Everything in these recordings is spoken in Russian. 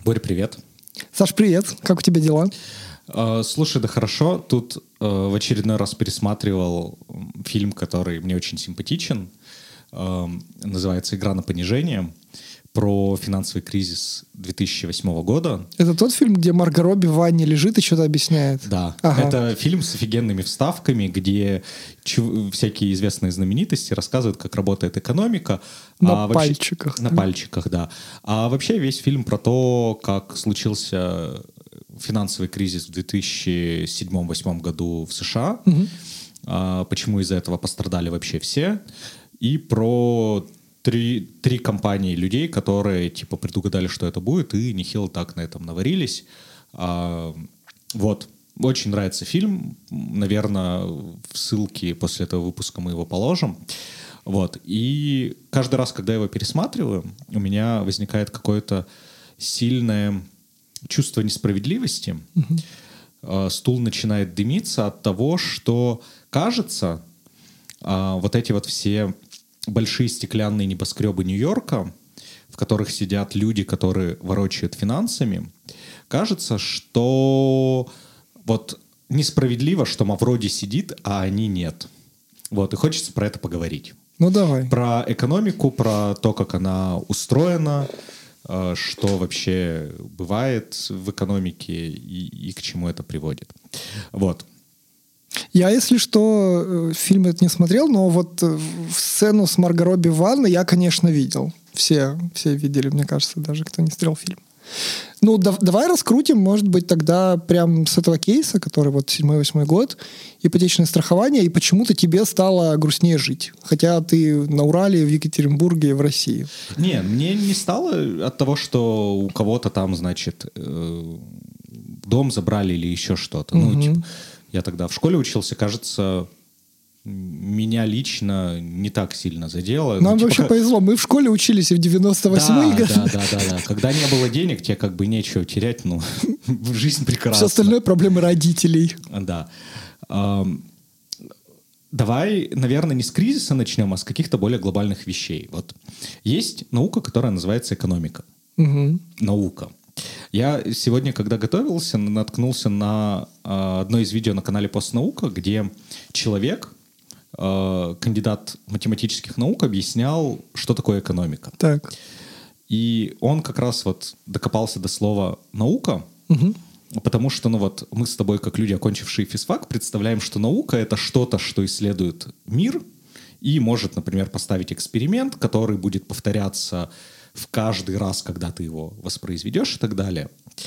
Борь, привет. Саш, привет. Как у тебя дела? Слушай, да хорошо. Тут в очередной раз пересматривал фильм, который мне очень симпатичен. Называется «Игра на понижение», про финансовый кризис 2008 года. Это тот фильм, где Марго Робби в ванне лежит и что-то объясняет? Да. Ага. Это фильм с офигенными вставками, где всякие известные знаменитости рассказывают, как работает экономика. На пальчиках. На пальчиках, да. А вообще весь фильм про то, как случился финансовый кризис в 2007-2008 году в США, почему из-за этого пострадали вообще все, и про три компании людей, которые типа предугадали, что это будет, и нехило так на этом наварились. Вот. Очень нравится фильм. Наверное, в ссылке после этого выпуска мы его положим. Вот. И каждый раз, когда я его пересматриваю, у меня возникает какое-то сильное чувство несправедливости. Стул начинает дымиться от того, что, кажется, вот эти вот все большие стеклянные небоскребы Нью-Йорка, в которых сидят люди, которые ворочают финансами, кажется, что вот несправедливо, что Мавроди сидит, а они нет. Вот, и хочется про это поговорить. Ну, давай. Про экономику, про то, как она устроена, что вообще бывает в экономике и к чему это приводит. Вот. Я, если что, фильм этот не смотрел, но вот сцену с Марго Робби в ванной я, конечно, видел. Все видели, мне кажется, даже кто не смотрел фильм. Ну, давай раскрутим, может быть, тогда прям с этого кейса, который вот 7-8 год, ипотечное страхование, и почему-то тебе стало грустнее жить. Хотя ты на Урале, в Екатеринбурге, в России. Не, мне не стало от того, что у кого-то там, значит, дом забрали или еще что-то. Ну, типа, я тогда в школе учился, кажется, меня лично не так сильно задело. Нам ну, вообще повезло. Мы в школе учились и в 98-е годы. Да. Когда не было денег, тебе как бы нечего терять, ну, жизнь прекрасна. Все остальное проблемы родителей. Да. Давай, наверное, не с кризиса начнем, а с каких-то более глобальных вещей. Вот есть наука, которая называется экономика. Наука. Я сегодня, когда готовился, наткнулся на одно из видео на канале «Постнаука», где человек, кандидат математических наук, объяснял, что такое экономика. Так. И он как раз вот докопался до слова «наука», потому что, ну вот, мы с тобой, как люди, окончившие физфак, представляем, что наука — это что-то, что исследует мир и может, например, поставить эксперимент, который будет повторяться в каждый раз, когда ты его воспроизведешь и так далее.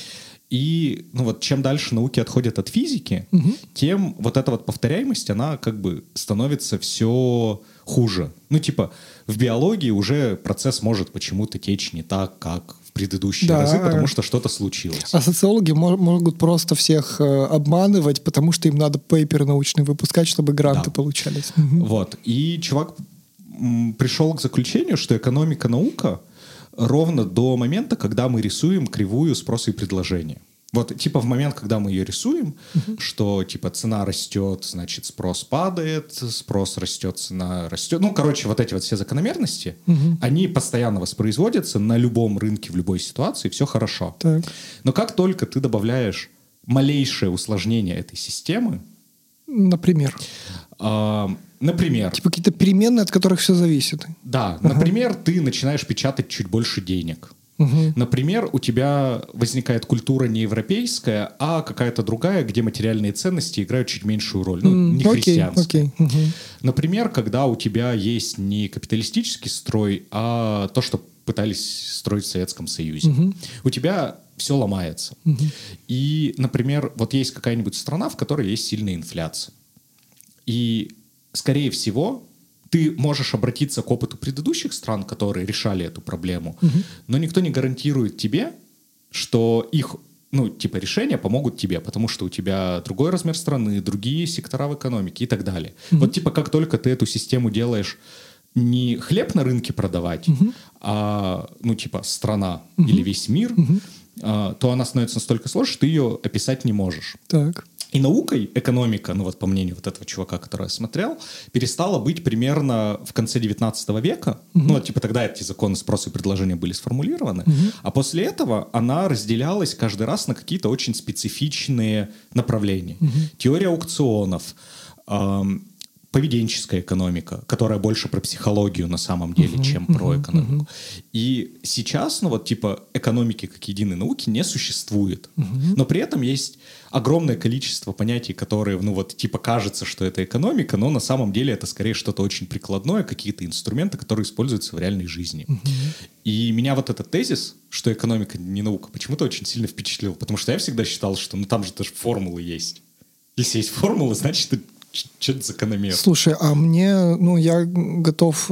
И ну вот чем дальше науки отходят от физики, тем вот эта вот повторяемость, она как бы становится все хуже. Ну типа в биологии уже процесс может почему-то течь не так, как в предыдущие разы, потому что что-то случилось. А социологи могут просто всех обманывать, потому что им надо пейперы научные выпускать, чтобы гранты получались. Вот. И чувак пришел к заключению, что экономика наука ровно до момента, когда мы рисуем кривую спроса и предложения. Вот, типа, в момент, когда мы ее рисуем, что, типа, цена растет, значит, спрос падает, спрос растет, цена растет. Ну, короче, вот эти вот все закономерности, они постоянно воспроизводятся на любом рынке, в любой ситуации, все хорошо. Так. Но как только ты добавляешь малейшее усложнение этой системы... Например? Например. Типа какие-то переменные, от которых все зависит. Да. Например, ты начинаешь печатать чуть больше денег. Например, у тебя возникает культура не европейская, а какая-то другая, где материальные ценности играют чуть меньшую роль. Ну, не христианская. Например, когда у тебя есть не капиталистический строй, а то, что пытались строить в Советском Союзе. У тебя все ломается. И, например, вот есть какая-нибудь страна, в которой есть сильная инфляция. И, скорее всего, ты можешь обратиться к опыту предыдущих стран, которые решали эту проблему, но никто не гарантирует тебе, что их, ну, типа, решения помогут тебе, потому что у тебя другой размер страны, другие сектора в экономике и так далее. Вот, типа, как только ты эту систему делаешь не хлеб на рынке продавать, а, ну, типа, страна или весь мир, то она становится настолько сложной, что ты ее описать не можешь. Так. И наукой экономика, ну вот по мнению вот этого чувака, который я смотрел, перестала быть примерно в конце 19 века. Ну вот типа тогда эти законы спроса и предложения были сформулированы. А после этого она разделялась каждый раз на какие-то очень специфичные направления. Теория аукционов, поведенческая экономика, которая больше про психологию на самом деле, чем про экономику. И сейчас, ну вот типа экономики как единой науки не существует. Но при этом есть огромное количество понятий, которые, ну вот типа кажется, что это экономика, но на самом деле это скорее что-то очень прикладное, какие-то инструменты, которые используются в реальной жизни. И меня вот этот тезис, что экономика не наука, почему-то очень сильно впечатлил, потому что я всегда считал, что ну там же даже формулы есть. Если есть формулы, значит что-то закономерно. Слушай, а мне, ну, я готов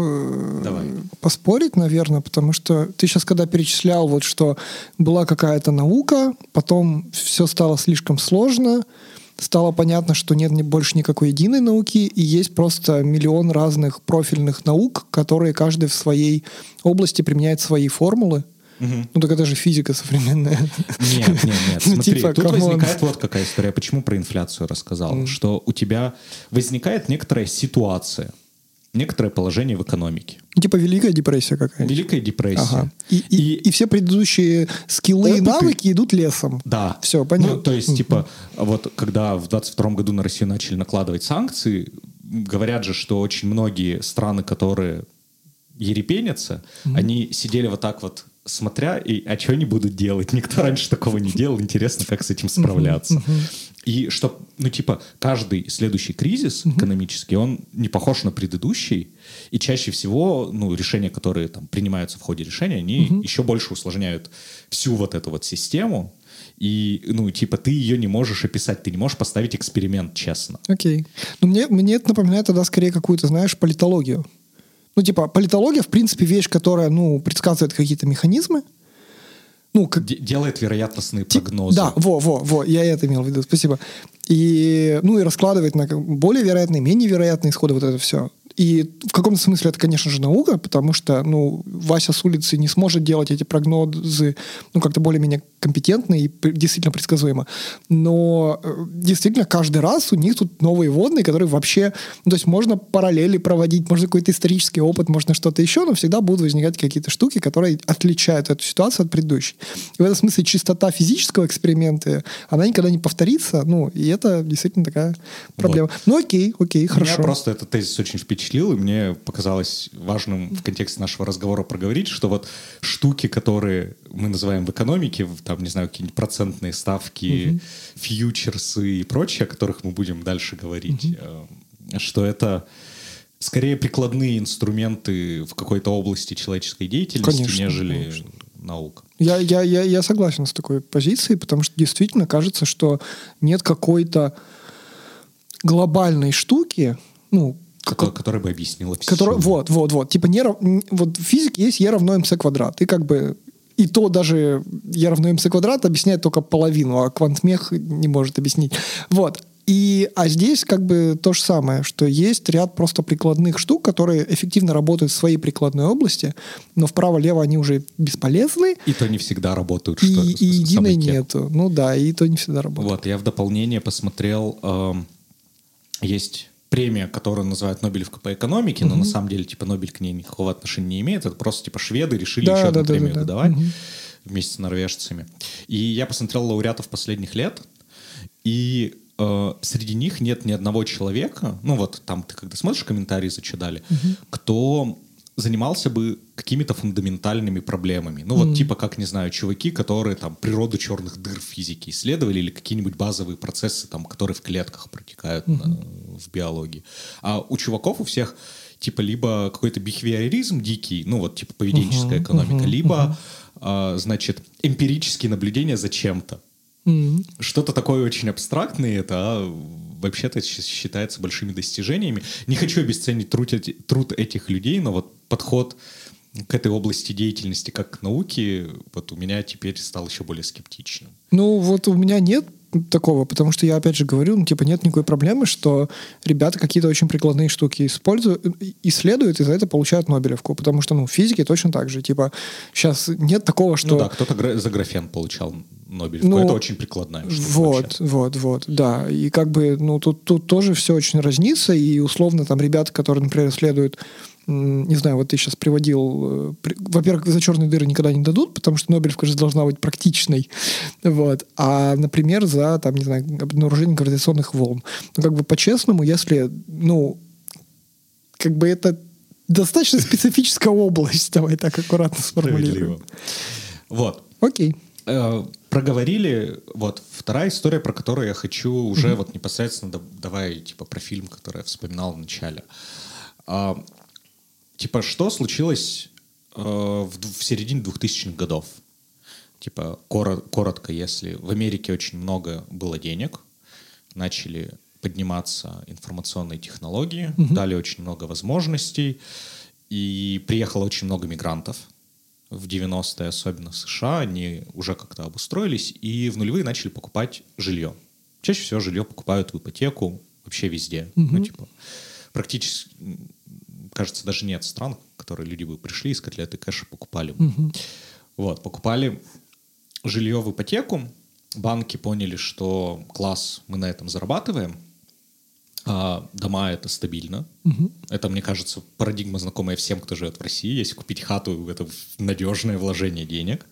поспорить, наверное, потому что ты сейчас, когда перечислял, вот что была какая-то наука, потом все стало слишком сложно, стало понятно, что нет больше никакой единой науки, и есть просто миллион разных профильных наук, которые каждый в своей области применяет свои формулы. Ну, так это же физика современная. Нет. Смотри, типа, тут возникает вот какая история. Почему про инфляцию рассказал? Что у тебя возникает некоторая ситуация, некоторое положение в экономике. Типа Великая депрессия какая-нибудь. Великая депрессия. Ага. И все предыдущие скиллы и навыки идут лесом. Да. Все, понятно. Ну, то есть, типа, вот когда в 22 году на Россию начали накладывать санкции, говорят же, что очень многие страны, которые ерепенятся, они сидели вот так вот, смотря, а что они будут делать? Никто раньше такого не делал. Интересно, как с этим справляться. И что, ну, типа, каждый следующий кризис экономический, он не похож на предыдущий. И чаще всего, ну, решения, которые там принимаются в ходе решения, они еще больше усложняют всю вот эту вот систему. И, ну, типа, ты ее не можешь описать, ты не можешь поставить эксперимент честно. Окей. Ну, мне это напоминает тогда скорее какую-то, знаешь, политологию. Ну, типа, политология, в принципе, вещь, которая, ну, предсказывает какие-то механизмы. Ну, как... Делает вероятностные прогнозы. Да, я это имел в виду, спасибо. И, ну, и раскладывает на более вероятные, менее вероятные исходы, вот это все. И в каком-то смысле это, конечно же, наука, потому что, ну, Вася с улицы не сможет делать эти прогнозы, ну, как-то более-менее компетентно и действительно предсказуемо. Но действительно каждый раз у них тут новые вводные, которые вообще... Ну, то есть можно параллели проводить, можно какой-то исторический опыт, можно что-то еще, но всегда будут возникать какие-то штуки, которые отличают эту ситуацию от предыдущей. И в этом смысле чистота физического эксперимента, она никогда не повторится, ну, и это действительно такая проблема. Вот. Ну, окей, хорошо. Меня просто этот тезис очень впечатлил, и мне показалось важным в контексте нашего разговора проговорить, что вот штуки, которые мы называем в экономике, там, не знаю, какие-нибудь процентные ставки, фьючерсы и прочее, о которых мы будем дальше говорить, что это скорее прикладные инструменты в какой-то области человеческой деятельности, нежели наука. Я согласен с такой позицией, потому что действительно кажется, что нет какой-то глобальной штуки, ну, которая бы объяснила все. Вот. Типа вот в физике есть E равно mc квадрат. И как бы и то даже E равно mc квадрат объясняет только половину, а квантмех не может объяснить. Вот. А здесь как бы то же самое, что есть ряд просто прикладных штук, которые эффективно работают в своей прикладной области, но вправо-лево они уже бесполезны. И то не всегда работают. И единой нету. Ну да, и то не всегда работает. Вот, я в дополнение посмотрел, есть премия, которую называют Нобелевка по экономике, но на самом деле типа Нобель к ней никакого отношения не имеет. Это просто типа шведы решили еще одну премию выдавать вместе с норвежцами. И я посмотрел лауреатов последних лет, и среди них нет ни одного человека, ну вот там ты когда смотришь комментарии, зачем дали, кто занимался бы какими-то фундаментальными проблемами. Ну вот типа, как, не знаю, чуваки, которые там природу черных дыр в физике исследовали или какие-нибудь базовые процессы, там, которые в клетках протекают в биологии. А у чуваков у всех типа либо какой-то бихевиоризм дикий, ну вот типа поведенческая экономика, либо, значит, эмпирические наблюдения за чем-то. Что-то такое очень абстрактное, это вообще-то считается большими достижениями. Не хочу обесценить труд этих людей, но вот подход к этой области деятельности как к науке вот у меня теперь стал еще более скептичным. Ну вот у меня нет такого, потому что я опять же говорю, ну типа нет никакой проблемы, что ребята какие-то очень прикладные штуки исследуют и за это получают Нобелевку, потому что ну в физике точно так же, типа сейчас нет такого, что... Ну да, кто-то за графен получал Нобелевку. Ну, это очень прикладная штука. Вот, да. И как бы, ну, тут тоже все очень разнится, и условно там ребята, которые, например, исследуют, не знаю, вот ты сейчас приводил, во-первых, за черные дыры никогда не дадут, потому что Нобелевка же должна быть практичной, вот. А, например, за, там, не знаю, обнаружение гравитационных волн. Ну, как бы по-честному, если, ну, как бы это достаточно специфическая область, давай так аккуратно сформулируем. Вот. Окей. Проговорили. Вот вторая история, про которую я хочу уже вот непосредственно давай типа про фильм, который я вспоминал в начале. Типа что случилось в середине 2000-х годов? Типа коротко, если в Америке очень много было денег, начали подниматься информационные технологии, дали очень много возможностей, и приехало очень много мигрантов. В 90-е, особенно в США, они уже как-то обустроились и в нулевые начали покупать жилье. Чаще всего жилье покупают в ипотеку вообще везде. Ну, типа, практически, кажется, даже нет стран, в которые люди бы пришли и с котлеты кэша покупали. Вот, покупали жилье в ипотеку. Банки поняли, что класс, мы на этом зарабатываем. А дома — это стабильно. Это, мне кажется, парадигма, знакомая всем, кто живет в России. Если купить хату — это надежное вложение денег.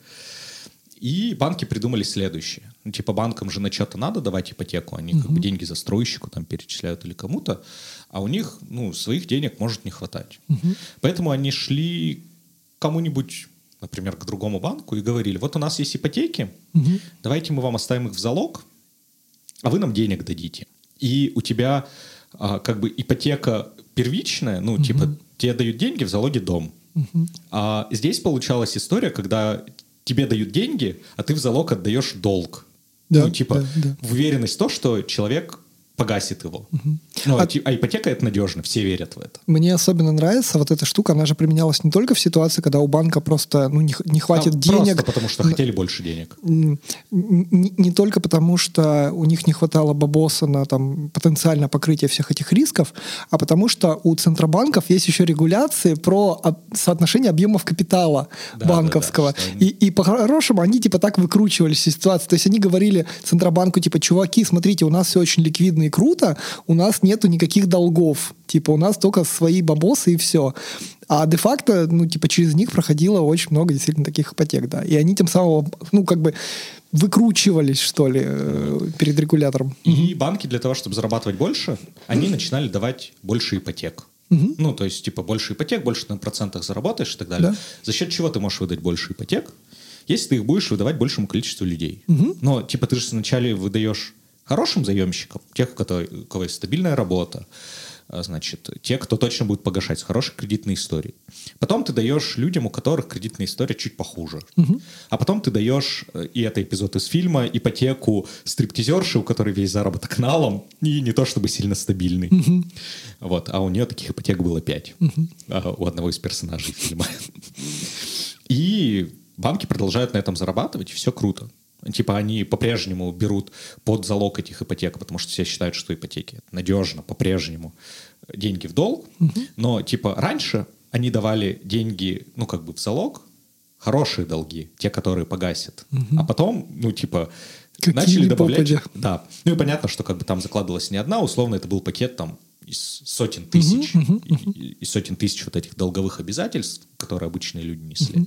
И банки придумали следующее. Ну, типа банкам же на что-то надо давать ипотеку. Они как бы деньги застройщику там перечисляют или кому-то. А у них, ну, своих денег может не хватать. Поэтому они шли к кому-нибудь, например, к другому банку и говорили: вот у нас есть ипотеки, давайте мы вам оставим их в залог, а вы нам денег дадите. И у тебя как бы ипотека первичная, ну, типа, тебе дают деньги, в залоге дом. А здесь получалась история, когда тебе дают деньги, а ты в залог отдаешь долг. Да, ну, типа, да. в уверенность в то, что человек погасит его. Ну, а ипотека — это надежно, все верят в это. Мне особенно нравится вот эта штука, она же применялась не только в ситуации, когда у банка просто не хватит денег. Просто потому что хотели больше денег. Не только потому, что у них не хватало бабоса на там, потенциальное покрытие всех этих рисков, а потому что у центробанков есть еще регуляции про соотношение объемов капитала банковского. Да. И по-хорошему они типа так выкручивались из ситуации. То есть они говорили Центробанку, типа, чуваки, смотрите, у нас все очень ликвидно и круто, у нас нету никаких долгов. Типа, у нас только свои бабосы и все. А де-факто, ну, типа, через них проходило очень много действительно таких ипотек, да. И они тем самым, ну, как бы выкручивались, что ли, перед регулятором. И банки для того, чтобы зарабатывать больше, они начинали давать больше ипотек. Ну, то есть, типа, больше ипотек, больше на процентах заработаешь и так далее. Да. За счет чего ты можешь выдать больше ипотек, если ты их будешь выдавать большему количеству людей. Но, типа, ты же сначала выдаешь хорошим заемщикам, тех, у кого есть стабильная работа, значит, те, кто точно будет погашать с хорошей кредитной историей. Потом ты даешь людям, у которых кредитная история чуть похуже. А потом ты даешь, и это эпизод из фильма, ипотеку стриптизерши, у которой весь заработок налом, и не то чтобы сильно стабильный. Вот, а у нее таких ипотек было 5. У одного из персонажей фильма. И банки продолжают на этом зарабатывать, и все круто. Типа они по-прежнему берут под залог этих ипотек, потому что все считают, что ипотеки надежно, по-прежнему деньги в долг. Но типа раньше они давали деньги, ну как бы в залог, хорошие долги, те, которые погасят. А потом, ну типа, начали добавлять... Да. Ну и понятно, что как бы там закладывалась не одна, условно это был пакет там из сотен тысяч, из сотен тысяч вот этих долговых обязательств, которые обычные люди несли.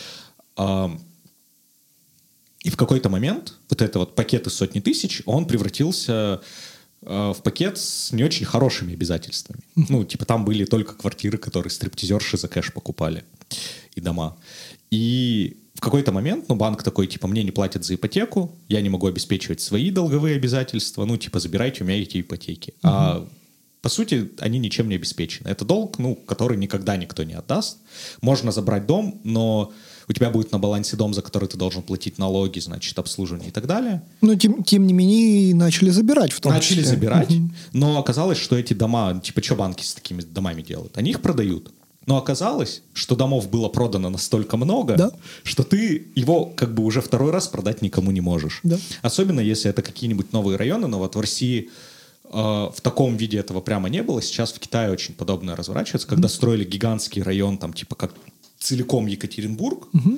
И в какой-то момент вот этот вот пакет из сотни тысяч, он превратился в пакет с не очень хорошими обязательствами. Ну, типа там были только квартиры, которые стриптизерши за кэш покупали, и дома. И в какой-то момент, ну, банк такой, типа, мне не платят за ипотеку, я не могу обеспечивать свои долговые обязательства, ну, типа, забирайте у меня эти ипотеки. А по сути, они ничем не обеспечены. Это долг, ну, который никогда никто не отдаст. Можно забрать дом, но у тебя будет на балансе дом, за который ты должен платить налоги, значит, обслуживание и так далее. Ну, тем не менее, начали забирать в том числе. Начали забирать, но оказалось, что эти дома, типа, что банки с такими домами делают? Они их продают. Но оказалось, что домов было продано настолько много, что ты его как бы уже второй раз продать никому не можешь. Да. Особенно, если это какие-нибудь новые районы, но вот в России... В таком виде этого прямо не было. Сейчас в Китае очень подобное разворачивается. Когда строили гигантский район, там типа как целиком Екатеринбург,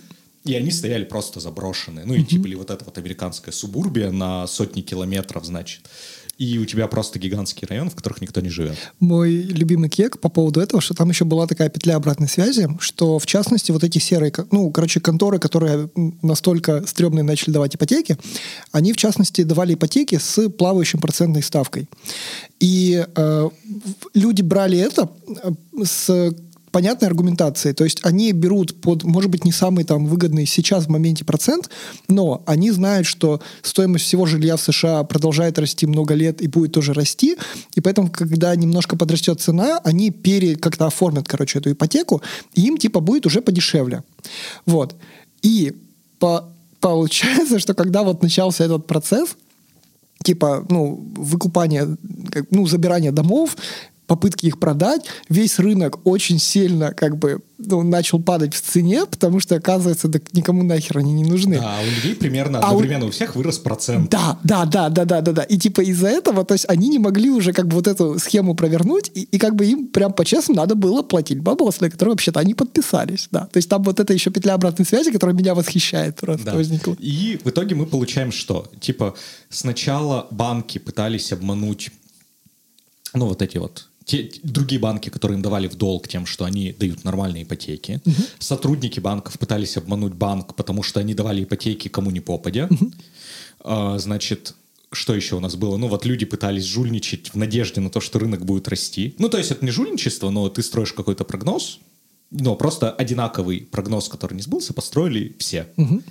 И они стояли просто заброшенные. Ну, и типа, или вот эта вот американская субурбия на сотни километров, значит. И у тебя просто гигантский район, в которых никто не живет. Мой любимый кек по поводу этого, что там еще была такая петля обратной связи, что, в частности, вот эти серые, конторы, которые настолько стрёмные начали давать ипотеки, они, в частности, давали ипотеки с плавающей процентной ставкой. И люди брали это с понятной аргументацией. То есть они берут под, может быть, не самый там выгодный сейчас в моменте процент, но они знают, что стоимость всего жилья в США продолжает расти много лет и будет тоже расти, и поэтому, когда немножко подрастет цена, они как-то оформят, эту ипотеку, и им типа будет уже подешевле. Вот. И получается, что когда вот начался этот процесс, типа, выкупания, забирания домов, попытки их продать, весь рынок очень сильно начал падать в цене, потому что, оказывается, никому нахер они не нужны. Да, у людей примерно одновременно у всех вырос процент. Да. И типа из-за этого, то есть они не могли уже вот эту схему провернуть, и им прям по-честному надо было платить баблос, на который вообще-то они подписались. Да. То есть там вот это еще петля обратной связи, которая меня восхищает просто возникла. И в итоге мы получаем что? Типа сначала банки пытались обмануть вот эти вот те другие банки, которые им давали в долг тем, что они дают нормальные ипотеки. Сотрудники банков пытались обмануть банк, потому что они давали ипотеки кому ни попадя. Значит, что еще у нас было? Люди пытались жульничать в надежде на то, что рынок будет расти. То есть это не жульничество, но ты строишь какой-то прогноз, просто одинаковый прогноз, который не сбылся, построили все.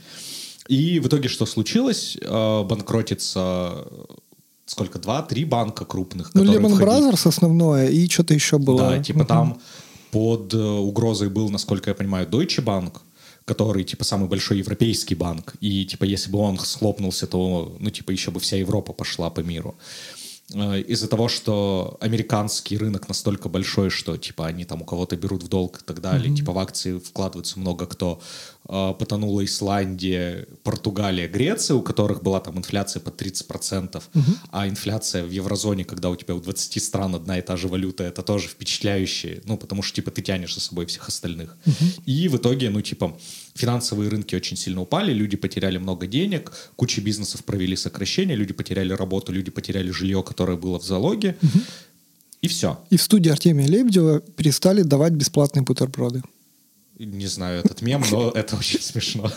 И в итоге что случилось? Банкротится... Сколько? 2-3 банка крупных, которые Lehman Brothers основное, и что-то еще было. Да, там под угрозой был, насколько я понимаю, Deutsche Bank, который, самый большой европейский банк. И, если бы он схлопнулся, то, еще бы вся Европа пошла по миру. Из-за того, что американский рынок настолько большой, что, они там у кого-то берут в долг и так далее, в акции вкладывается много кто. Потонула Исландия, Португалия, Греция, у которых была там инфляция под 30%, а инфляция в еврозоне, когда у тебя у 20 стран одна и та же валюта, это тоже впечатляюще, потому что, ты тянешь за собой всех остальных. И в итоге, финансовые рынки очень сильно упали, люди потеряли много денег, куча бизнесов провели сокращения, люди потеряли работу, люди потеряли жилье, которое было в залоге, и все. И в студии Артемия Лебедева перестали давать бесплатные бутерброды. Не знаю этот мем, но это очень смешно.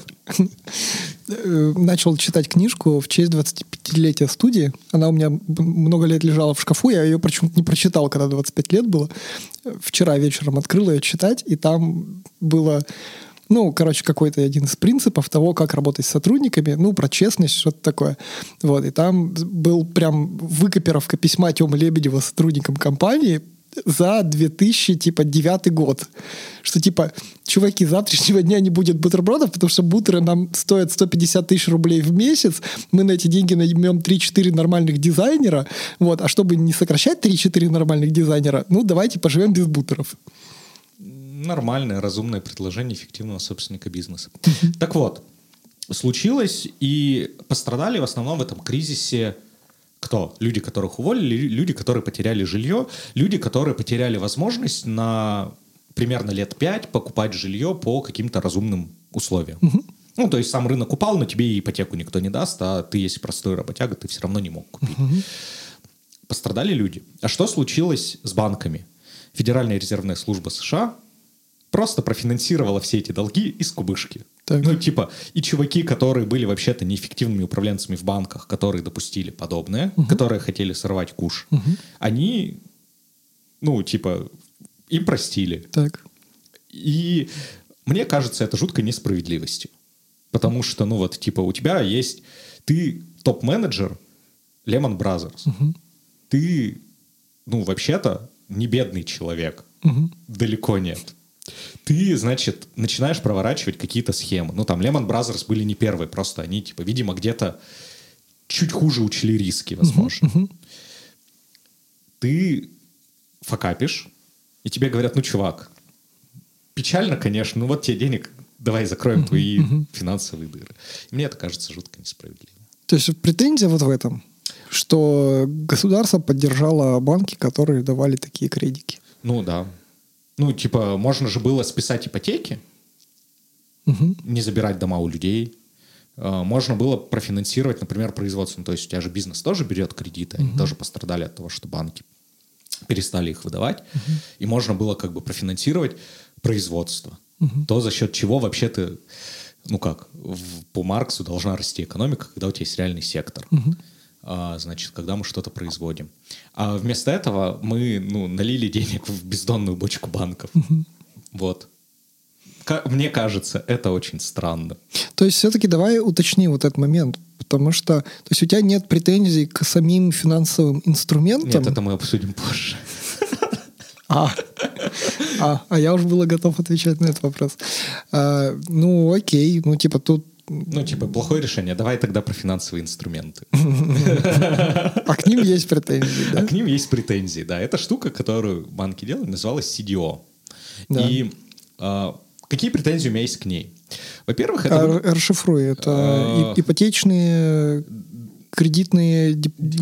Начал читать книжку в честь 25-летия студии. Она у меня много лет лежала в шкафу. Я ее почему-то не прочитал, когда 25 лет было. Вчера вечером открыл ее читать, и там было... какой-то один из принципов того, как работать с сотрудниками, про честность, что-то такое. Вот, и там был прям выкопировка письма Тёмы Лебедева сотрудникам компании за 2009 год. Что чуваки, с завтрашнего дня не будет бутербродов, потому что бутеры нам стоят 150 тысяч рублей в месяц, мы на эти деньги наймем 3-4 нормальных дизайнера, вот, а чтобы не сокращать 3-4 нормальных дизайнера, давайте поживем без бутеров. Нормальное, разумное предложение эффективного собственника бизнеса. Так вот, случилось, и пострадали в основном в этом кризисе кто? Люди, которых уволили, люди, которые потеряли жилье, люди, которые потеряли возможность на примерно лет 5 покупать жилье по каким-то разумным условиям. То есть сам рынок упал, но тебе и ипотеку никто не даст, а ты, если простой работяга, ты все равно не мог купить. Пострадали люди. А что случилось с банками? Федеральная резервная служба США просто профинансировала все эти долги из кубышки. Так. И чуваки, которые были вообще-то неэффективными управленцами в банках, которые допустили подобное, которые хотели сорвать куш, они, им простили. Так. И мне кажется, это жуткой несправедливостью. Потому что, у тебя есть... Ты топ-менеджер Lehman Brothers. Ты, вообще-то, не бедный человек. Далеко нет. Ты, значит, начинаешь проворачивать какие-то схемы. Lehman Brothers были не первые, просто они, видимо, где-то чуть хуже учли риски, возможно. Ты факапишь, и тебе говорят, чувак, печально, конечно, вот тебе денег, давай закроем твои финансовые дыры. И мне это кажется жутко несправедливо. То есть претензия вот в этом, что государство поддержало банки, которые давали такие кредики. Да. Можно же было списать ипотеки, не забирать дома у людей. Можно было профинансировать, например, производство. То есть у тебя же бизнес тоже берет кредиты, они тоже пострадали от того, что банки перестали их выдавать. И можно было как бы профинансировать производство. То, за счет чего вообще ты, по Марксу должна расти экономика, когда у тебя есть реальный сектор. Значит, когда мы что-то производим. А вместо этого мы налили денег в бездонную бочку банков. Вот. Мне кажется, это очень странно. То есть все-таки давай уточни вот этот момент, потому что то есть у тебя нет претензий к самим финансовым инструментам? Нет, это мы обсудим позже. Я уже было готов отвечать на этот вопрос. Окей, тут... плохое решение. Давай тогда про финансовые инструменты. А к ним есть претензии, да? А к ним есть претензии, да. Это штука, которую банки делали, называлась CDO. Да. И какие претензии у меня есть к ней? Во-первых, это... Расшифруй. Это ипотечные... Кредитные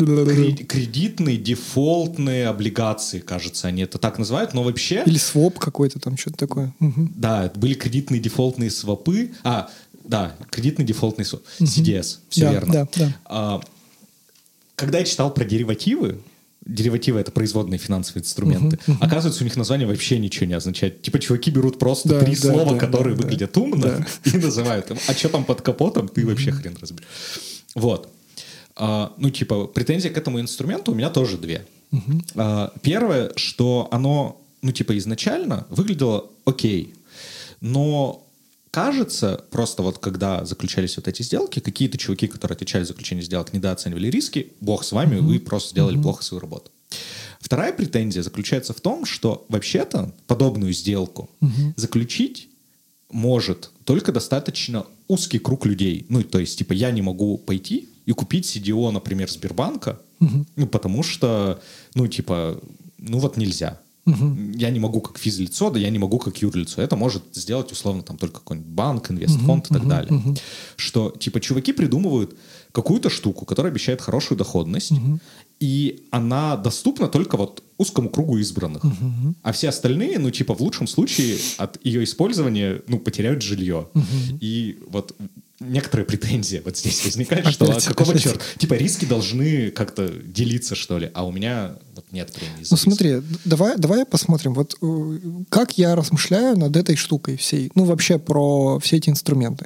дефолтные облигации, кажется, они это так называют, но вообще... Или своп какой-то там, что-то такое. Да, были кредитные дефолтные свопы. Кредитный дефолтный своп. CDS, все верно. Да. Когда я читал про деривативы — это производные финансовые инструменты, оказывается, у них название вообще ничего не означает. Типа чуваки берут просто три слова, которые выглядят умно, и называют им. А что там под капотом, ты вообще хрен разберешь. Вот. Претензии к этому инструменту у меня тоже две. Первое, что оно, изначально выглядело окей, но кажется, просто вот когда заключались вот эти сделки, какие-то чуваки, которые отвечали за заключение сделок, недооценивали риски, бог с вами, вы просто сделали плохо свою работу. Вторая претензия заключается в том, что вообще-то подобную сделку заключить может только достаточно узкий круг людей. То есть, я не могу пойти и купить CDO, например, Сбербанка, потому что, нельзя. Я не могу как физлицо, да я не могу как юрлицо. Это может сделать, условно, там только какой-нибудь банк, инвестфонд и так далее. Что, чуваки придумывают какую-то штуку, которая обещает хорошую доходность, и она доступна только вот узкому кругу избранных. А все остальные, в лучшем случае от ее использования, потеряют жилье. И вот некоторые претензии вот здесь возникают, что какого черта? Риски должны как-то делиться, что ли, а у меня вот нет претензий. Смотри, давай посмотрим, вот как я размышляю над этой штукой всей, вообще про все эти инструменты.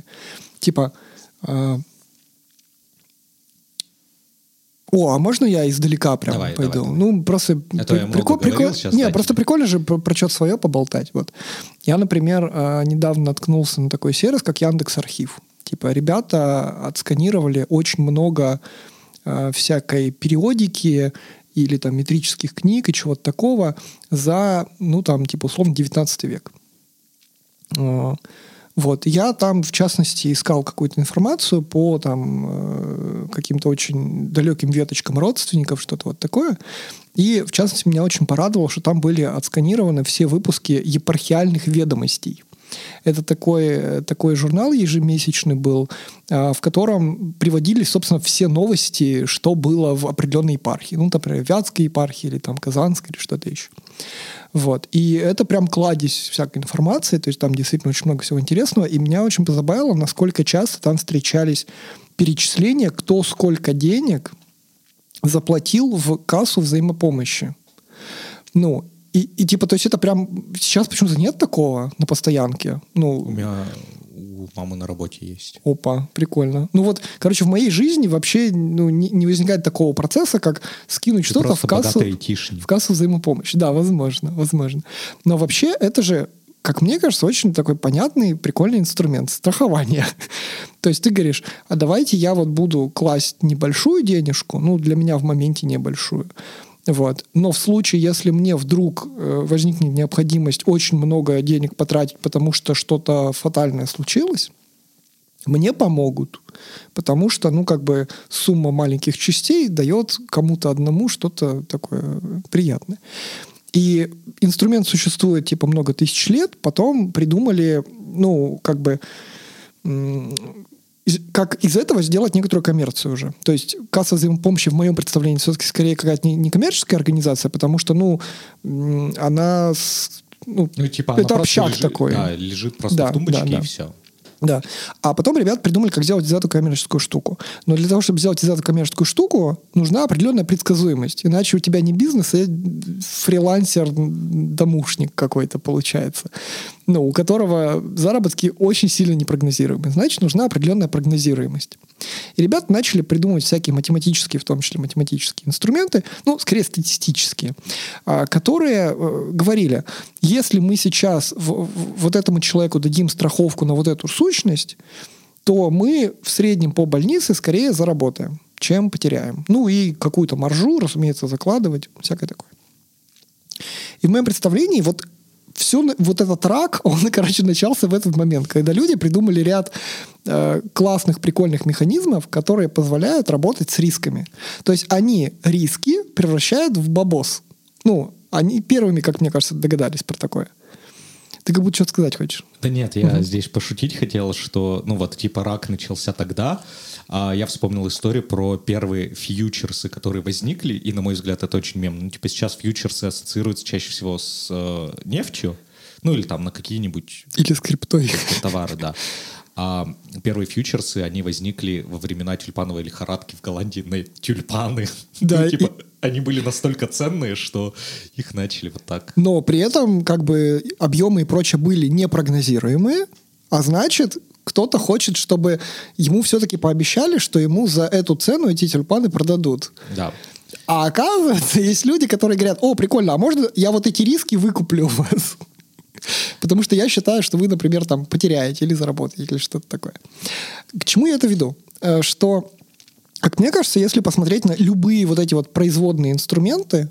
А можно я издалека прям пойду? Давай. Просто прикольно. Просто прикольно же про что-то свое поболтать. Вот. Я, например, недавно наткнулся на такой сервис, как Яндекс.Архив. Ребята отсканировали очень много всякой периодики или там метрических книг и чего-то такого за, условно, 19 век. Вот. Я там, в частности, искал какую-то информацию по каким-то очень далеким веточкам родственников, что-то вот такое. И, в частности, меня очень порадовало, что там были отсканированы все выпуски епархиальных ведомостей. Это такой журнал ежемесячный был, в котором приводились, собственно, все новости, что было в определенной епархии. Например, Вятской епархии или там Казанской или что-то еще. Вот. И это прям кладезь всякой информации, то есть там действительно очень много всего интересного. И меня очень позабавило, насколько часто там встречались перечисления, кто сколько денег заплатил в кассу взаимопомощи. То есть это прям... Сейчас почему-то нет такого на постоянке. У меня у мамы на работе есть. Опа, прикольно. В моей жизни вообще не возникает такого процесса, как скинуть что-то в кассу взаимопомощи. Да, возможно. Но вообще это же, как мне кажется, очень такой понятный, прикольный инструмент страхования. То есть ты говоришь, а давайте я вот буду класть небольшую денежку, для меня в моменте небольшую, вот. Но в случае, если мне вдруг возникнет необходимость очень много денег потратить, потому что что-то фатальное случилось, мне помогут. Потому что, сумма маленьких частей дает кому-то одному что-то такое приятное. И инструмент существует много тысяч лет, потом придумали, как из этого сделать некоторую коммерцию уже. То есть касса взаимопомощи в моем представлении все-таки скорее какая-то не коммерческая организация, потому что, она... она это общак лежит, такой. Да, лежит просто в тумбочке и все. Да. А потом ребята придумали, как сделать из этого коммерческую штуку. Но для того, чтобы сделать из этого коммерческую штуку, нужна определенная предсказуемость. Иначе у тебя не бизнес, а фрилансер-домушник какой-то получается. У которого заработки очень сильно непрогнозируемые. Значит, нужна определенная прогнозируемость. И ребята начали придумывать всякие математические, в том числе математические инструменты, скорее статистические, которые говорили, если мы сейчас вот этому человеку дадим страховку на вот эту сущность, то мы в среднем по больнице скорее заработаем, чем потеряем. И какую-то маржу, разумеется, закладывать, всякое такое. И в моем представлении все вот этот рак, он, начался в этот момент, когда люди придумали ряд классных, прикольных механизмов, которые позволяют работать с рисками. То есть они риски превращают в бабос. Они первыми, как мне кажется, догадались про такое. Ты как будто что-то сказать хочешь? Да нет, я здесь пошутить хотел, что, рак начался тогда. Я вспомнил историю про первые фьючерсы, которые возникли, и, на мой взгляд, это очень мемно. Сейчас фьючерсы ассоциируются чаще всего с нефтью, или там на какие-нибудь... Или с криптой. Товары, да. А первые фьючерсы, они возникли во времена тюльпановой лихорадки в Голландии на тюльпаны. Да, они были настолько ценные, что их начали вот так. Но при этом объемы и прочее были непрогнозируемые, а значит, кто-то хочет, чтобы ему все-таки пообещали, что ему за эту цену эти тюльпаны продадут. Да. А оказывается, есть люди, которые говорят, прикольно, а можно я вот эти риски выкуплю у вас? Потому что я считаю, что вы, например, там потеряете или заработаете, или что-то такое. К чему я это веду? Что, как мне кажется, если посмотреть на любые вот эти вот производные инструменты,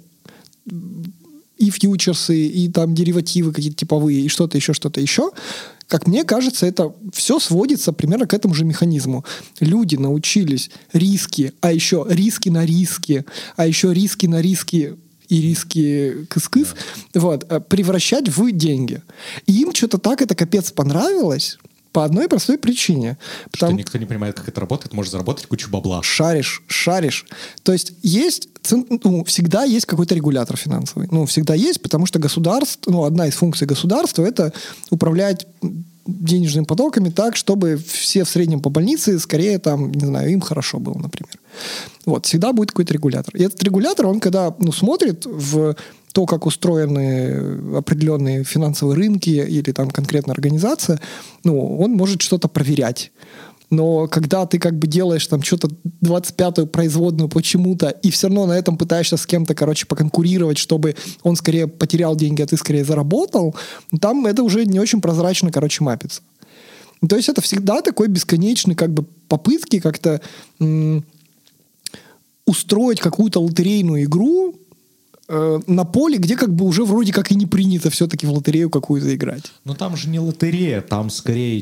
и фьючерсы, и там деривативы какие-то типовые, и что-то еще, как мне кажется, это все сводится примерно к этому же механизму. Люди научились риски, а еще риски на риски, а еще риски на риски, и риски кыс-кыс, превращать в деньги. И им что-то так это капец понравилось по одной простой причине. Что никто не понимает, как это работает, может заработать кучу бабла. Шаришь. То есть всегда есть какой-то регулятор финансовый. Всегда есть, потому что государство, одна из функций государства — это управлять денежными потоками так, чтобы все в среднем по больнице скорее им хорошо было, например. Всегда будет какой-то регулятор. И этот регулятор, он когда смотрит в то, как устроены определенные финансовые рынки или там конкретная организация, он может что-то проверять. Но когда ты делаешь что-то 25-ю производную почему-то, и все равно на этом пытаешься с кем-то, поконкурировать, чтобы он скорее потерял деньги, а ты скорее заработал, там это уже не очень прозрачно, мапится. То есть это всегда такой бесконечный попытки как-то устроить какую-то лотерейную игру на поле, где уже вроде как и не принято все-таки в лотерею какую-то играть. Но там же не лотерея, там скорее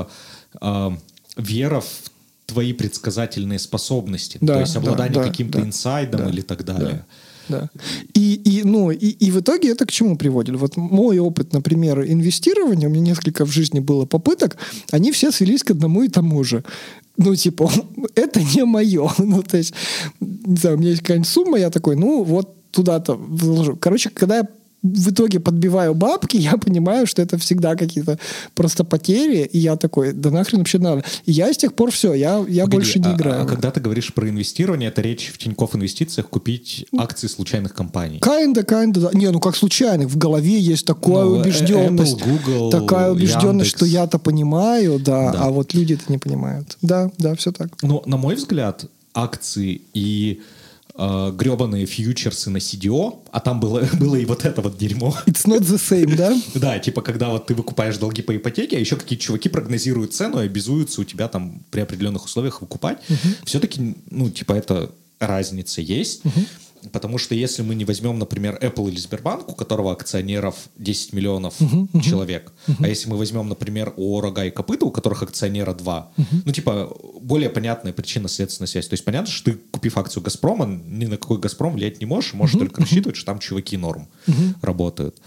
вера в твои предсказательные способности, то есть обладание каким-то инсайдом или так далее. Да. И в итоге это к чему приводит? Мой опыт, например, инвестирования, у меня несколько в жизни было попыток, они все свелись к одному и тому же. Это не мое. То есть, не знаю, у меня есть какая-нибудь сумма, я такой, туда-то вложу. Когда я в итоге подбиваю бабки, я понимаю, что это всегда какие-то просто потери, и я такой, да нахрен вообще надо. И я с тех пор все, я больше не играю. А когда ты говоришь про инвестирование, это речь в Тинькофф Инвестициях купить акции случайных компаний? Kinda, да. Не, как случайных. В голове есть такая убежденность. Apple, Google, такая убежденность, Яндекс. что я-то понимаю, да, а вот люди это не понимают. Да, все так. Но, на мой взгляд, акции и гребаные фьючерсы на CDO, а там было и вот это вот дерьмо. It's not the same, да? Да, когда ты выкупаешь долги по ипотеке, а еще какие-то чуваки прогнозируют цену и обязуются у тебя там при определенных условиях выкупать. Все-таки, это разница есть. Потому что если мы не возьмем, например, Apple или Сбербанк, у которого акционеров 10 миллионов человек, а если мы возьмем, например, ООО «Рога и копыта», у которых акционера 2, более понятная причинно-следственная связь. То есть понятно, что ты, купив акцию «Газпрома», ни на какой «Газпром» влиять не можешь только рассчитывать, что там чуваки норм работают.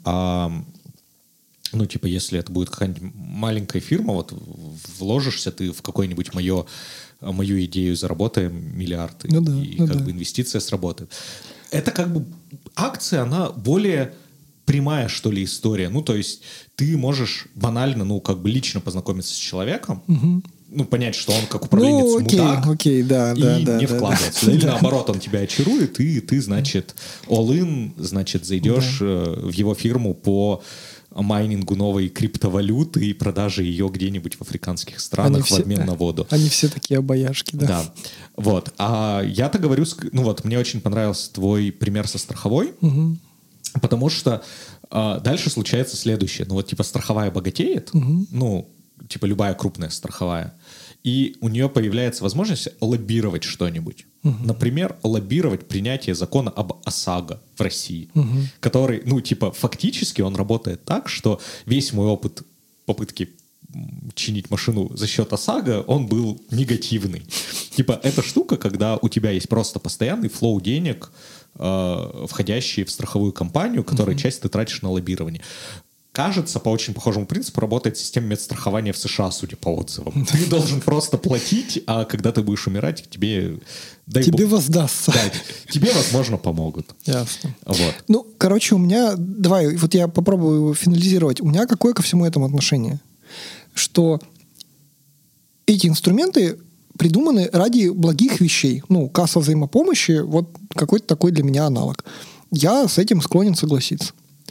Если это будет какая-нибудь маленькая фирма, вложишься ты в какое-нибудь мою идею, заработаем миллиард, инвестиция сработает. Это акция, она более прямая, что ли, история. Ну, то есть ты можешь банально, ну, как бы лично познакомиться с человеком, ну, понять, что он как управленец мудак, окей, да, и да, не да, вкладываться. да. Или наоборот, он тебя очарует, и ты, значит, all-in, значит, зайдешь в его фирму по майнингу новой криптовалюты и продаже ее где-нибудь в африканских странах в обмен на воду. Они все такие обаяшки, да. Да. Вот. А я-то говорю, ну вот, мне очень понравился твой пример со страховой, потому что дальше случается следующее. Ну вот, типа, страховая богатеет, ну, типа, любая крупная страховая, и у нее появляется возможность лоббировать что-нибудь. Например, лоббировать принятие закона об ОСАГО в России, который, ну, типа, фактически он работает так, что весь мой опыт попытки чинить машину за счет ОСАГО, он был негативный. Типа, эта штука, когда у тебя есть просто постоянный флоу денег, входящие в страховую компанию, которые часть ты тратишь на лоббирование. Кажется, по очень похожему принципу работает система медстрахования в США, судя по отзывам. Ты должен просто платить, а когда ты будешь умирать, тебе... Тебе воздастся. Да, тебе, возможно, помогут. Ясно. Вот. Ну, короче, у меня... Давай, вот я попробую финализировать. У меня какое ко всему этому отношение? Что эти инструменты придуманы ради благих вещей. Ну, касса взаимопомощи, вот какой-то такой для меня аналог. Я с этим склонен согласиться.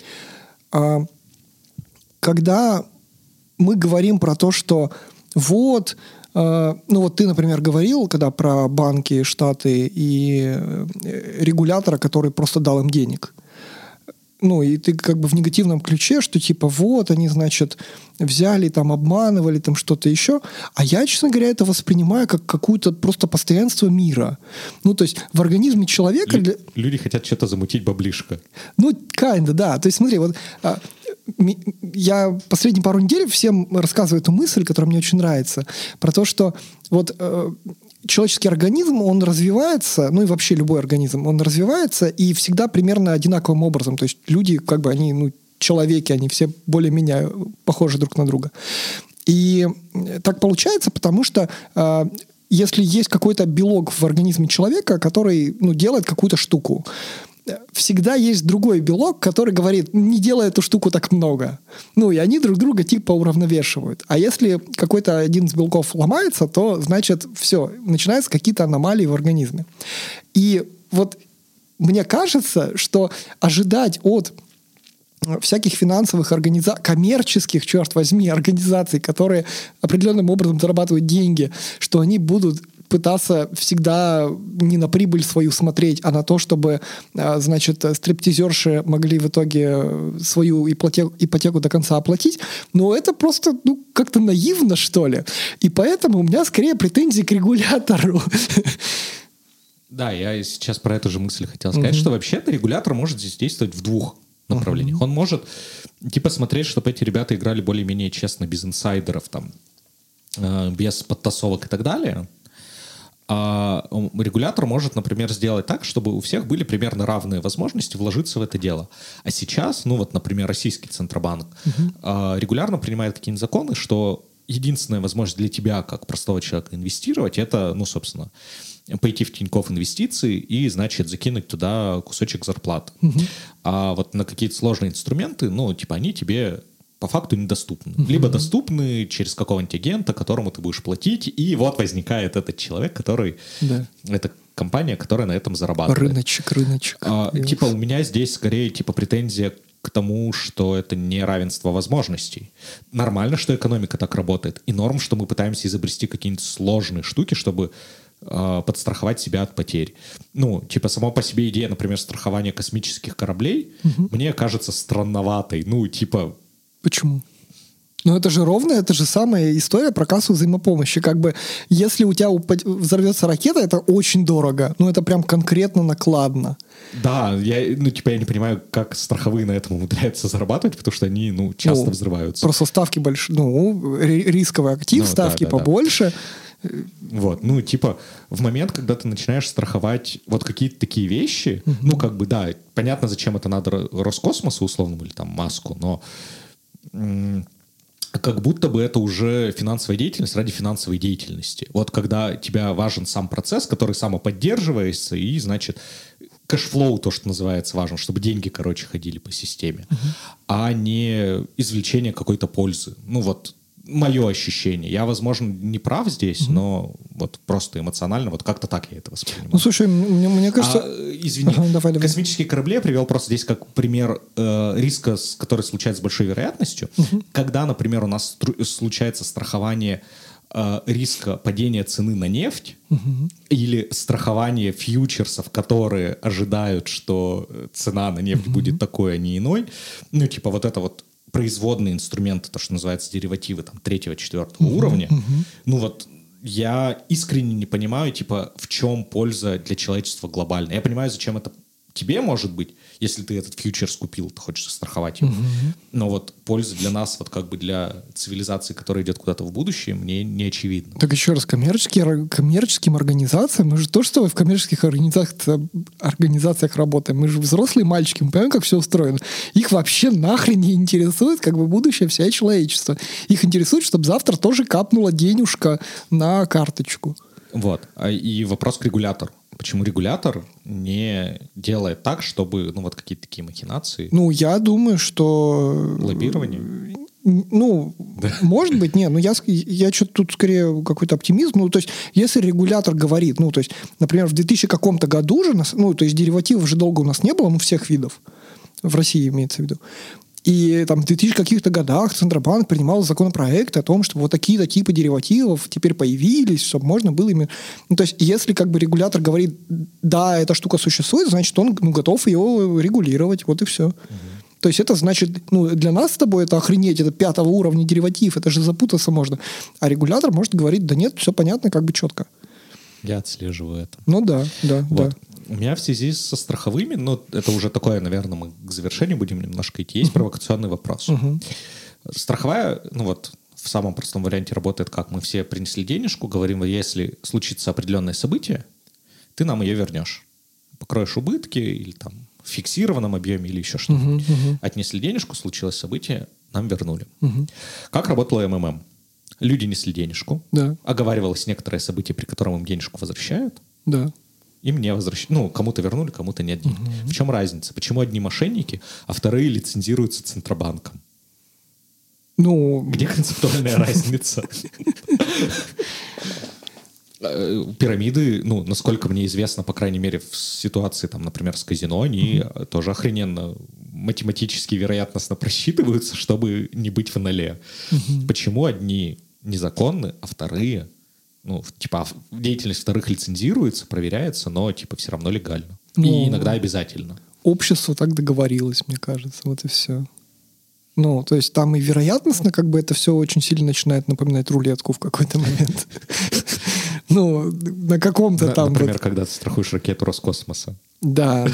Когда мы говорим про то, что вот, ну вот ты, например, говорил, когда про банки, штаты и регулятора, который просто дал им денег. Ну, и ты как бы в негативном ключе, что типа вот они, значит, взяли, там, обманывали, там, что-то еще. А я, честно говоря, это воспринимаю как какое-то просто постоянство мира. Ну, то есть в организме человека... Люди хотят что-то замутить баблишко. Ну, kinda, да. То есть смотри, вот... Я последние пару недель всем рассказываю эту мысль, которая мне очень нравится, про то, что вот человеческий организм, он развивается, ну и вообще любой организм, он развивается и всегда примерно одинаковым образом. То есть люди, как бы, они, ну, человеки, они все более-менее похожи друг на друга. И так получается, потому что если есть какой-то белок в организме человека, который, ну, делает какую-то штуку, всегда есть другой белок, который говорит, не делай эту штуку так много. Ну, и они друг друга типа уравновешивают. А если какой-то один из белков ломается, то, значит, все, начинаются какие-то аномалии в организме. И вот мне кажется, что ожидать от всяких финансовых организаций, коммерческих, черт возьми, организаций, которые определенным образом зарабатывают деньги, что они будут пытаться всегда не на прибыль свою смотреть, а на то, чтобы, значит, стриптизерши могли в итоге свою ипотеку до конца оплатить. Но это просто, ну, как-то наивно, что ли. И поэтому у меня скорее претензии к регулятору. Да, я сейчас про эту же мысль хотел сказать, что вообще-то регулятор может здесь действовать в двух направлениях. Он может, типа, смотреть, чтобы эти ребята играли более-менее честно, без инсайдеров, там, без подтасовок и так далее. А регулятор может, например, сделать так, чтобы у всех были примерно равные возможности вложиться в это дело. А сейчас, ну вот, например, российский Центробанк регулярно принимает какие-нибудь законы, что единственная возможность для тебя, как простого человека, инвестировать, это, ну, собственно, пойти в Тинькофф Инвестиции и, значит, закинуть туда кусочек зарплаты. А вот на какие-то сложные инструменты, ну, типа, они тебе по факту недоступны. Либо доступны через какого-нибудь агента, которому ты будешь платить, и вот возникает этот человек, который... Да. Это компания, которая на этом зарабатывает. Рыночек. Типа у меня здесь скорее типа претензия к тому, что это не равенство возможностей. Нормально, что экономика так работает. И норм, что мы пытаемся изобрести какие-нибудь сложные штуки, чтобы подстраховать себя от потерь. Ну, типа, сама по себе идея, например, страхования космических кораблей, мне кажется странноватой. Ну, типа... Почему? Ну, это же ровно, это же самая история про кассу взаимопомощи. Как бы, если у тебя взорвется ракета, это очень дорого. Ну, это прям конкретно накладно. Да, я не понимаю, как страховые на этом умудряются зарабатывать, потому что они, часто взрываются. Просто ставки большие, рисковый актив, ставки побольше. Вот, в момент, когда ты начинаешь страховать вот какие-то такие вещи, понятно, зачем это надо Роскосмосу условному или там Маску, но как будто бы это уже финансовая деятельность ради финансовой деятельности. Вот когда тебя важен сам процесс, который самоподдерживается, и, значит, кэшфлоу, то, что называется, важно, чтобы деньги, короче, ходили по системе, а не извлечение какой-то пользы. Ну вот, мое ощущение. Я, возможно, не прав здесь, но вот просто эмоционально, вот как-то так я это воспринимаю. Ну, слушай, мне кажется... Извини, давай. Космические корабли я привел просто здесь как пример риска, который случается с большой вероятностью. Когда, например, у нас случается страхование риска падения цены на нефть или страхование фьючерсов, которые ожидают, что цена на нефть будет такой, а не иной. Ну, типа вот это вот производные инструменты, то, что называется деривативы там 3-4 уровня. Ну вот я искренне не понимаю, типа, в чем польза для человечества глобальная. Я понимаю, зачем это тебе может быть, если ты этот фьючерс купил, ты хочешь застраховать его. Но вот польза для нас, вот как бы для цивилизации, которая идет куда-то в будущее, мне не очевидно. Так еще раз, коммерческим организациям, мы же то, что в коммерческих организациях работаем, мы же взрослые мальчики, мы понимаем, как все устроено. Их вообще нахрен не интересует как бы будущее всего человечества. Их интересует, чтобы завтра тоже капнула денежка на карточку. Вот. И вопрос к регулятору. Почему регулятор не делает так, чтобы, ну, вот какие-то такие махинации? Ну, я думаю, что... Лоббирование? Ну, может быть, нет. Но я что-то тут скорее какой-то оптимизм. Ну, то есть, если регулятор говорит, ну, то есть, например, в 2000 каком-то году же, ну, то есть, деривативов же долго у нас не было, ну, всех видов. В России имеется в виду. И там в 2000 каких-то годах Центробанк принимал законопроект о том, что вот такие-то типы деривативов теперь появились, чтобы можно было ими... Ну, то есть, если как бы регулятор говорит, да, эта штука существует, значит, он готов ее регулировать, вот и все. То есть, это значит, ну, для нас с тобой это охренеть, это 5-го уровня дериватив, это же запутаться можно. А регулятор может говорить, да нет, все понятно, как бы четко. Я отслеживаю это. Ну, да. Вот. У меня в связи со страховыми, ну, это уже такое, наверное, мы к завершению будем немножко идти, есть провокационный вопрос. Страховая, ну вот, в самом простом варианте работает как? Мы все принесли денежку, говорим, если случится определенное событие, ты нам ее вернешь. Покроешь убытки или там в фиксированном объеме или еще что-то. Отнесли денежку, случилось событие, нам вернули. Как работала МММ? Люди несли денежку, оговаривалось некоторое событие, при котором им денежку возвращают. Да. Им не возвращают. Ну, кому-то вернули, кому-то нет денег. В чем разница? Почему одни мошенники, а вторые лицензируются Центробанком? Ну... Где концептуальная разница? Пирамиды, ну, насколько мне известно, по крайней мере, в ситуации, там, например, с казино, они тоже охрененно математически вероятностно просчитываются, чтобы не быть в ноле. Почему одни незаконны, а вторые... Ну, типа, деятельность вторых лицензируется, проверяется, но, типа, все равно легально. И иногда обязательно. Общество так договорилось, мне кажется, вот и все. Ну, то есть там и вероятностно как бы это все очень сильно начинает напоминать рулетку в какой-то момент. Ну, на каком-то там... Например, когда ты страхуешь ракету Роскосмоса. Да.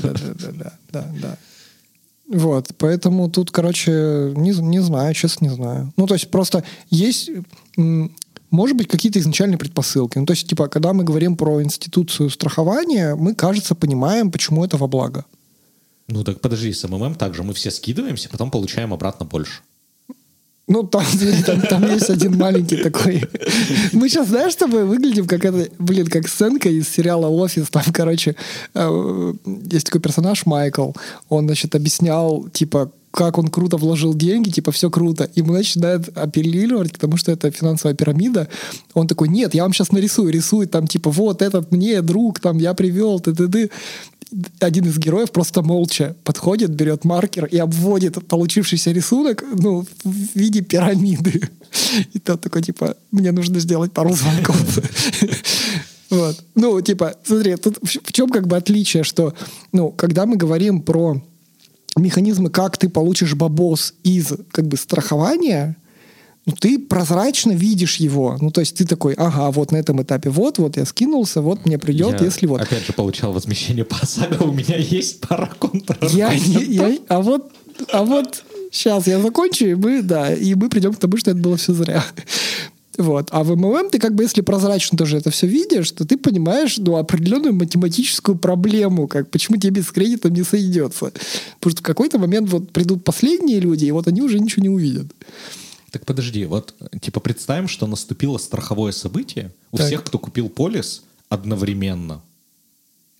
Вот, поэтому тут, короче, не знаю, честно не знаю. Ну, то есть просто есть... Может быть, какие-то изначальные предпосылки. Ну, то есть, типа, когда мы говорим про институцию страхования, мы, кажется, понимаем, почему это во благо. Ну, так подожди, с МММ также. Мы все скидываемся, потом получаем обратно больше. Ну, там есть один маленький такой... Мы сейчас, знаешь, с тобой выглядим как это... Блин, как сценка из сериала «Офис». Там, короче, есть такой персонаж Майкл. Он, значит, объяснял, типа, как он круто вложил деньги, типа, все круто. Ему начинают апеллировать к тому, что это финансовая пирамида. Он такой, нет, я вам сейчас нарисую. Рисует там, типа, вот этот мне друг, там, я привел, ты-ты-ты. Один из героев просто молча подходит, берет маркер и обводит получившийся рисунок, ну, в виде пирамиды. И тот такой, типа, мне нужно сделать пару звонков. Вот. Ну, типа, смотри, тут в чем как бы отличие, что, ну, когда мы говорим про механизмы, как ты получишь бабос из, как бы, страхования, ну, ты прозрачно видишь его. Ну, то есть ты такой, ага, вот на этом этапе вот я скинулся, вот мне придет, я, если вот. Опять же, получал возмещение по ОСАГО, у меня есть пара контрактов. А вот сейчас я закончу, и мы придем к тому, что это было все зря. Вот. А в МММ ты как бы, если прозрачно тоже это все видишь, то ты понимаешь, ну, определенную математическую проблему, как почему тебе с кредитом не сойдется. Потому что в какой-то момент вот придут последние люди, и вот они уже ничего не увидят. Так подожди, вот типа представим, что наступило страховое событие у всех, кто купил полис одновременно.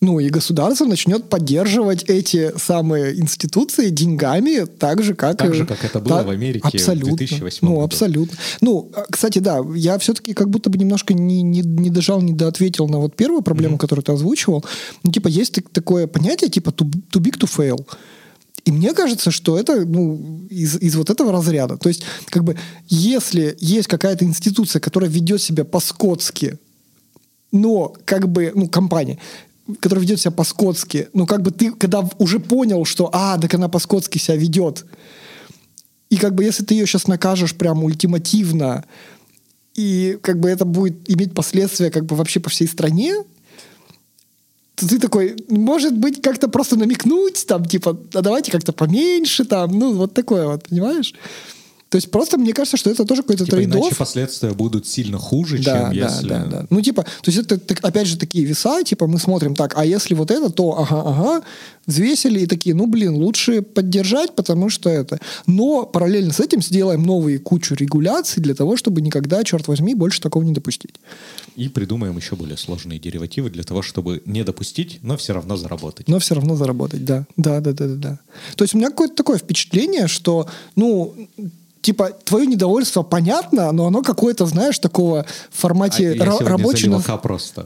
Ну, и государство начнет поддерживать эти самые институции деньгами так же, как это было в Америке абсолютно. в 2008 году. Абсолютно. Ну, кстати, да, я все-таки как будто бы немножко не доответил на вот первую проблему, которую ты озвучивал. Ну, типа, есть такое понятие, типа, too big to fail. И мне кажется, что это из вот этого разряда. То есть, как бы, если есть какая-то институция, которая ведет себя по-скотски, но, как бы, компания, которая ведет себя по-скотски, как бы ты, когда уже понял, что, так она по-скотски себя ведет, и как бы если ты ее сейчас накажешь прям ультимативно, и как бы это будет иметь последствия как бы вообще по всей стране, то ты такой, может быть, как-то просто намекнуть, там, типа, давайте как-то поменьше, там, вот такое вот, понимаешь? То есть просто мне кажется, что это тоже какой-то трейд-офф. Иначе последствия будут сильно хуже, чем если... Да. Ну, типа, то есть это, опять же, такие веса, типа, мы смотрим так, а если вот это, то ага, взвесили и такие, лучше поддержать, потому что это. Но параллельно с этим сделаем новые кучу регуляций для того, чтобы никогда, черт возьми, больше такого не допустить. И придумаем еще более сложные деривативы для того, чтобы не допустить, но все равно заработать. Да. То есть у меня какое-то такое впечатление, что, типа, твое недовольство понятно, но оно какое-то, знаешь, такого в формате рабочего... просто.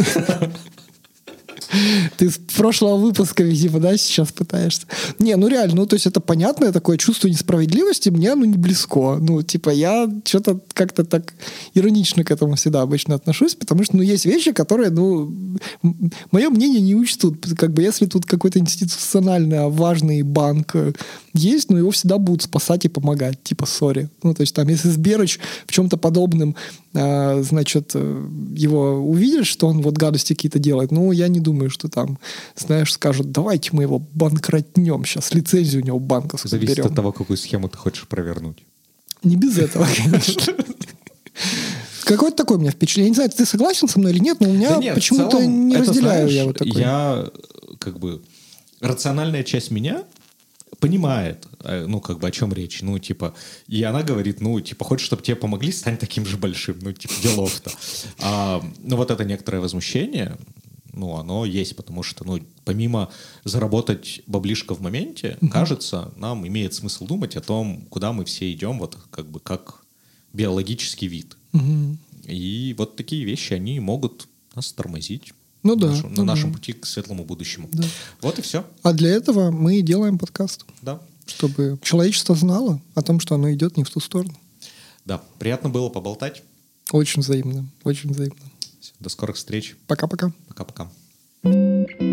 Ты с прошлого выпуска, видимо, да, сейчас пытаешься. Не, реально, то есть это понятное такое чувство несправедливости мне, не близко. Типа, я что-то как-то так иронично к этому всегда обычно отношусь, потому что, есть вещи, которые, мое мнение не учтут. Как бы, если тут какой-то институционально важный банк есть, его всегда будут спасать и помогать. Типа, сори. То есть, там, если Сберыч в чем-то подобном, значит, его увидишь, что он вот гадости какие-то делает, я не думаю, что там, знаешь, скажут, давайте мы его банкротнем сейчас, лицензию у него банковскую Зависит берем. от того, какую схему ты хочешь провернуть. Не без этого, конечно. Какое-то такое у меня впечатление. Я не знаю, ты согласен со мной или нет, но у меня почему-то не разделяю я вот такое. Я, как бы, рациональная часть меня понимает, о чем речь. И она говорит, хочешь, чтобы тебе помогли, стань таким же большим. Делов-то. Вот это некоторое возмущение, оно есть, потому что, помимо заработать баблишко в моменте, кажется, нам имеет смысл думать о том, куда мы все идем, вот как биологический вид. И вот такие вещи, они могут нас тормозить. На нашем пути к светлому будущему. Да. Вот и все. А для этого мы и делаем подкаст. Да. Чтобы человечество знало о том, что оно идет не в ту сторону. Да. Приятно было поболтать. Очень взаимно. Очень взаимно. До скорых встреч. Пока-пока. Пока-пока.